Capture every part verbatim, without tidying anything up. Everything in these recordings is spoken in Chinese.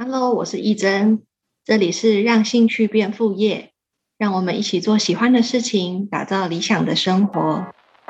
Hello，我是义珍，这里是让兴趣变副业，让我们一起做喜欢的事情，打造理想的生活。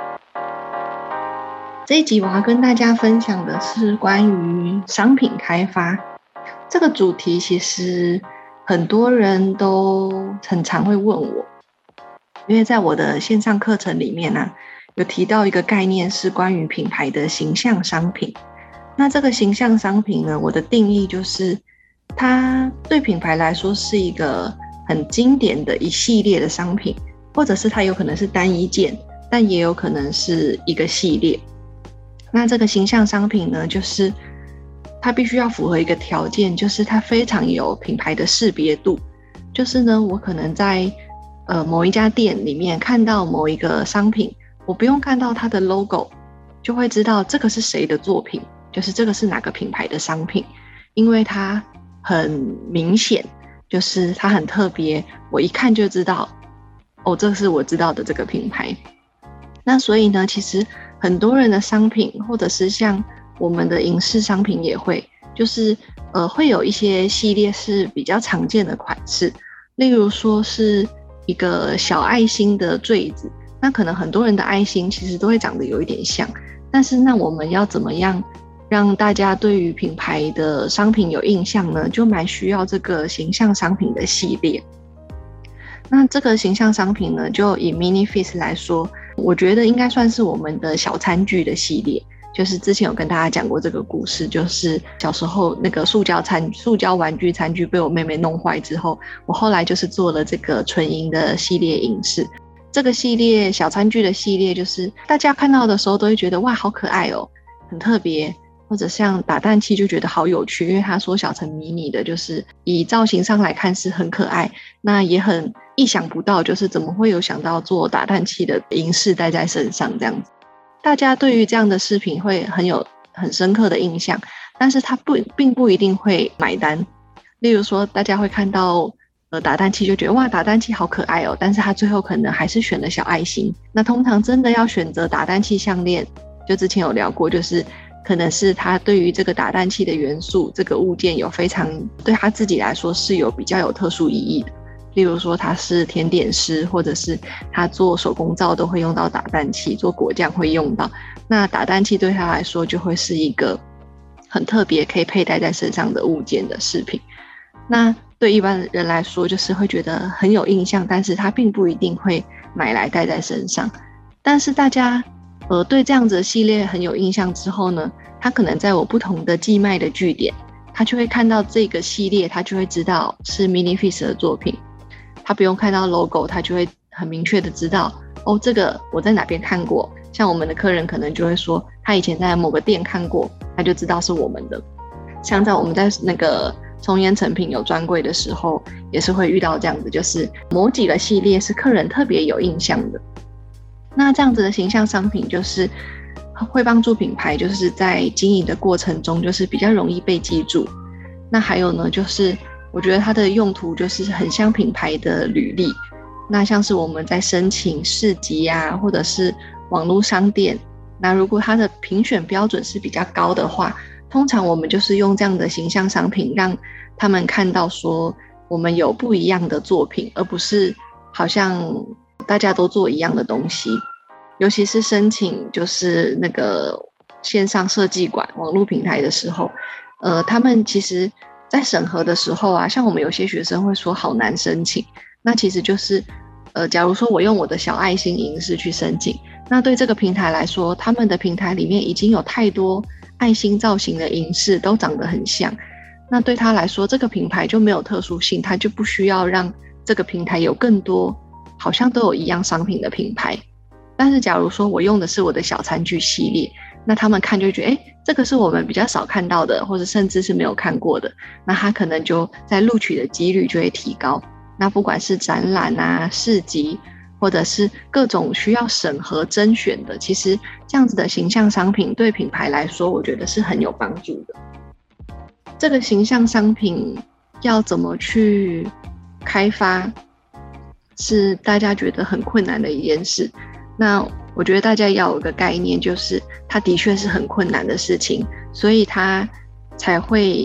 这一集我要跟大家分享的是关于商品开发这个主题，其实很多人都很常会问我，因为在我的线上课程里面呢、啊，有提到一个概念是关于品牌的形象商品。那这个形象商品呢，我的定义就是它对品牌来说是一个很经典的一系列的商品，或者是它有可能是单一件，但也有可能是一个系列。那这个形象商品呢，就是它必须要符合一个条件，就是它非常有品牌的识别度。就是呢，我可能在呃某一家店里面看到某一个商品，我不用看到它的 logo 就会知道这个是谁的作品，就是这个是哪个品牌的商品，因为它很明显，就是它很特别，我一看就知道哦，这是我知道的这个品牌。那所以呢，其实很多人的商品，或者是像我们的影视商品也会，就是呃会有一些系列是比较常见的款式，例如说是一个小爱心的坠子，那可能很多人的爱心其实都会长得有一点像，但是那我们要怎么样让大家对于品牌的商品有印象呢？就蛮需要这个形象商品的系列。那这个形象商品呢，就以 Mini-Feast 来说，我觉得应该算是我们的小餐具的系列。就是之前有跟大家讲过这个故事，就是小时候那个塑胶餐、塑胶玩具餐具被我妹妹弄坏之后，我后来就是做了这个纯银的系列影视。这个系列小餐具的系列，就是大家看到的时候都会觉得哇，好可爱哦，很特别。或者像打蛋器就觉得好有趣，因为它缩小成迷你的，就是以造型上来看是很可爱，那也很意想不到，就是怎么会有想到做打蛋器的银饰戴在身上这样子。大家对于这样的饰品会很有很深刻的印象，但是它不并不一定会买单。例如说大家会看到呃打蛋器就觉得哇，打蛋器好可爱哦，但是他最后可能还是选了小爱心。那通常真的要选择打蛋器项链，就之前有聊过，就是可能是他对于这个打蛋器的元素，这个物件有非常对他自己来说是有比较有特殊意义的。例如说他是甜点师，或者是他做手工皂都会用到打蛋器，做果酱会用到，那打蛋器对他来说就会是一个很特别可以佩戴在身上的物件的饰品。那对一般人来说就是会觉得很有印象，但是他并不一定会买来戴在身上。但是大家呃，对这样子的系列很有印象之后呢，他可能在我不同的寄卖的据点，他就会看到这个系列，他就会知道是 Mini-Feast 的作品。他不用看到 logo， 他就会很明确的知道，哦，这个我在哪边看过。像我们的客人可能就会说，他以前在某个店看过，他就知道是我们的。像在我们在那个松烟成品有专柜的时候，也是会遇到这样子，就是某几个系列是客人特别有印象的。那这样子的形象商品就是会帮助品牌就是在经营的过程中就是比较容易被记住。那还有呢，就是我觉得它的用途就是很像品牌的履历。那像是我们在申请市集啊，或者是网络商店，那如果它的评选标准是比较高的话，通常我们就是用这样的形象商品让他们看到说我们有不一样的作品，而不是好像大家都做一样的东西。尤其是申请就是那个线上设计馆网络平台的时候，呃，他们其实在审核的时候啊，像我们有些学生会说好难申请，那其实就是呃，假如说我用我的小爱心银饰去申请，那对这个平台来说，他们的平台里面已经有太多爱心造型的银饰都长得很像，那对他来说这个品牌就没有特殊性，他就不需要让这个平台有更多好像都有一样商品的品牌。但是假如说我用的是我的小餐具系列，那他们看就会觉得，哎，这个是我们比较少看到的，或者甚至是没有看过的，那他可能就在录取的几率就会提高。那不管是展览啊、市集，或者是各种需要审核甄选的，其实这样子的形象商品对品牌来说，我觉得是很有帮助的。这个形象商品要怎么去开发，是大家觉得很困难的一件事。那我觉得大家要有个概念，就是它的确是很困难的事情，所以它才会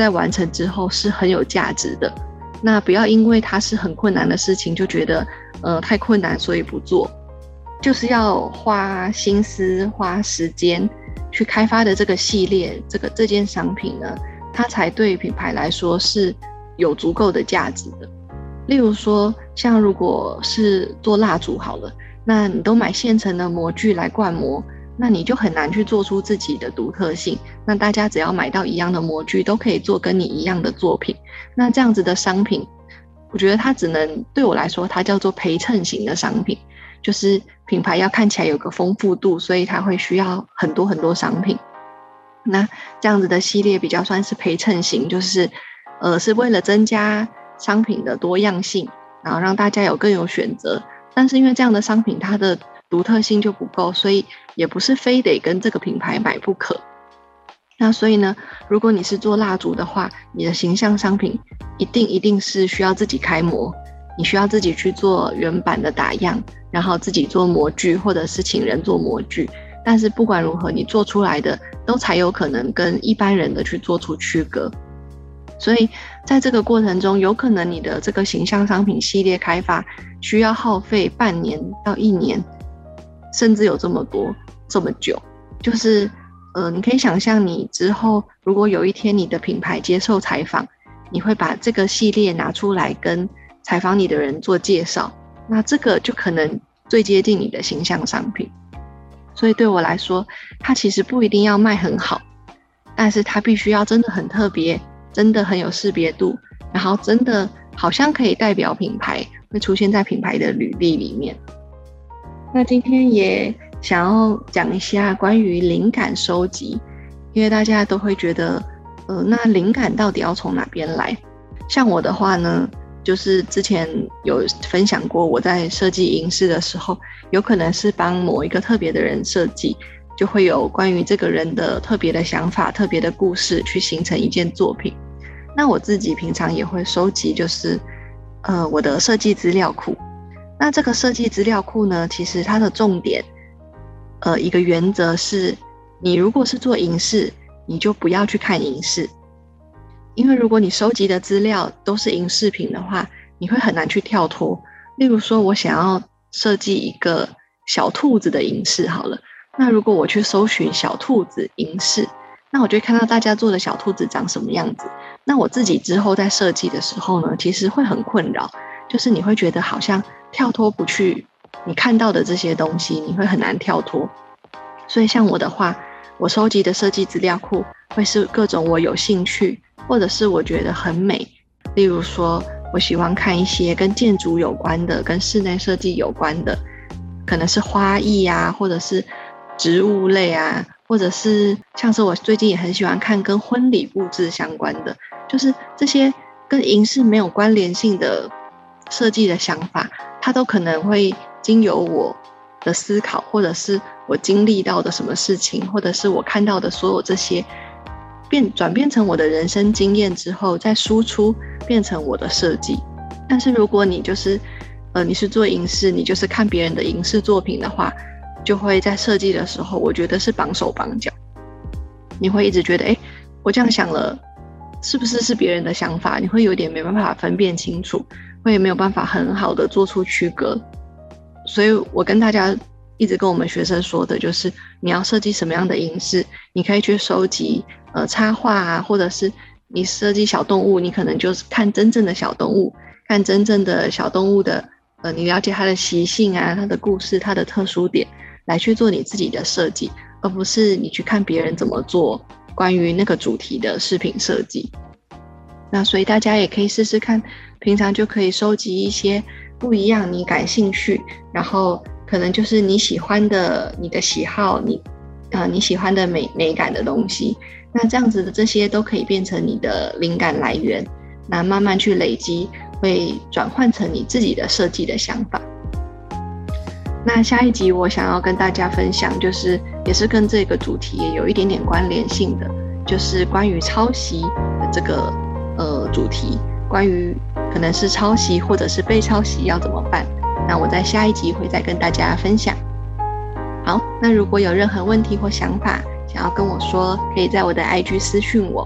在完成之后是很有价值的。那不要因为它是很困难的事情就觉得呃太困难所以不做，就是要花心思花时间去开发的这个系列，这个这件商品呢，它才对品牌来说是有足够的价值的。例如说像如果是做蜡烛好了，那你都买现成的模具来灌模，那你就很难去做出自己的独特性。那大家只要买到一样的模具，都可以做跟你一样的作品。那这样子的商品，我觉得它只能对我来说，它叫做陪衬型的商品，就是品牌要看起来有个丰富度，所以它会需要很多很多商品。那这样子的系列比较算是陪衬型，就是呃是为了增加商品的多样性，然后让大家有更有选择。但是因为这样的商品它的独特性就不够，所以也不是非得跟这个品牌买不可。那所以呢，如果你是做蜡烛的话，你的形象商品一定一定是需要自己开模，你需要自己去做原版的打样，然后自己做模具，或者是请人做模具。但是不管如何，你做出来的都才有可能跟一般人的去做出区隔。所以在这个过程中，有可能你的这个形象商品系列开发需要耗费半年到一年，甚至有这么多这么久。就是呃，你可以想象你之后如果有一天你的品牌接受采访，你会把这个系列拿出来跟采访你的人做介绍，那这个就可能最接近你的形象商品。所以对我来说，它其实不一定要卖很好，但是它必须要真的很特别，真的很有识别度，然后真的好像可以代表品牌，会出现在品牌的履历里面。那今天也想要讲一下关于灵感收集，因为大家都会觉得呃，那灵感到底要从哪边来？像我的话呢，就是之前有分享过，我在设计银饰的时候，有可能是帮某一个特别的人设计，就会有关于这个人的特别的想法、特别的故事去形成一件作品。那我自己平常也会收集，就是呃我的设计资料库。那这个设计资料库呢，其实它的重点，呃一个原则是，你如果是做银饰，你就不要去看银饰，因为如果你收集的资料都是银饰品的话，你会很难去跳脱。例如说我想要设计一个小兔子的银饰好了，那如果我去搜寻小兔子银饰，那我就会看到大家做的小兔子长什么样子。那我自己之后在设计的时候呢，其实会很困扰，就是你会觉得好像跳脱不去你看到的这些东西，你会很难跳脱。所以像我的话，我收集的设计资料库会是各种我有兴趣或者是我觉得很美，例如说我喜欢看一些跟建筑有关的，跟室内设计有关的，可能是花艺啊，或者是植物类啊，或者是像是我最近也很喜欢看跟婚礼布置相关的，就是这些跟银饰没有关联性的设计的想法，它都可能会经由我的思考，或者是我经历到的什么事情，或者是我看到的所有这些变转变成我的人生经验之后，再输出变成我的设计。但是如果你就是呃你是做银饰，你就是看别人的银饰作品的话，就会在设计的时候，我觉得是绑手绑脚。你会一直觉得，哎，我这样想了，是不是是别人的想法？你会有点没办法分辨清楚，会没有办法很好的做出区隔。所以我跟大家一直跟我们学生说的就是，你要设计什么样的银饰，你可以去收集呃插画啊，或者是你设计小动物，你可能就是看真正的小动物，看真正的小动物的呃，你了解它的习性啊，它的故事，它的特殊点，来去做你自己的设计，而不是你去看别人怎么做关于那个主题的饰品设计。那所以大家也可以试试看，平常就可以收集一些不一样你感兴趣，然后可能就是你喜欢的，你的喜好，你呃你喜欢的美美感的东西。那这样子的这些都可以变成你的灵感来源，那慢慢去累积，会转换成你自己的设计的想法。那下一集我想要跟大家分享，就是也是跟这个主题也有一点点关联性的，就是关于抄袭的这个呃主题，关于可能是抄袭或者是被抄袭要怎么办，那我在下一集会再跟大家分享。好，那如果有任何问题或想法想要跟我说，可以在我的 I G 私讯我，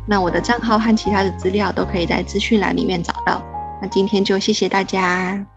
那我的账号和其他的资料都可以在资讯栏里面找到。那今天就谢谢大家。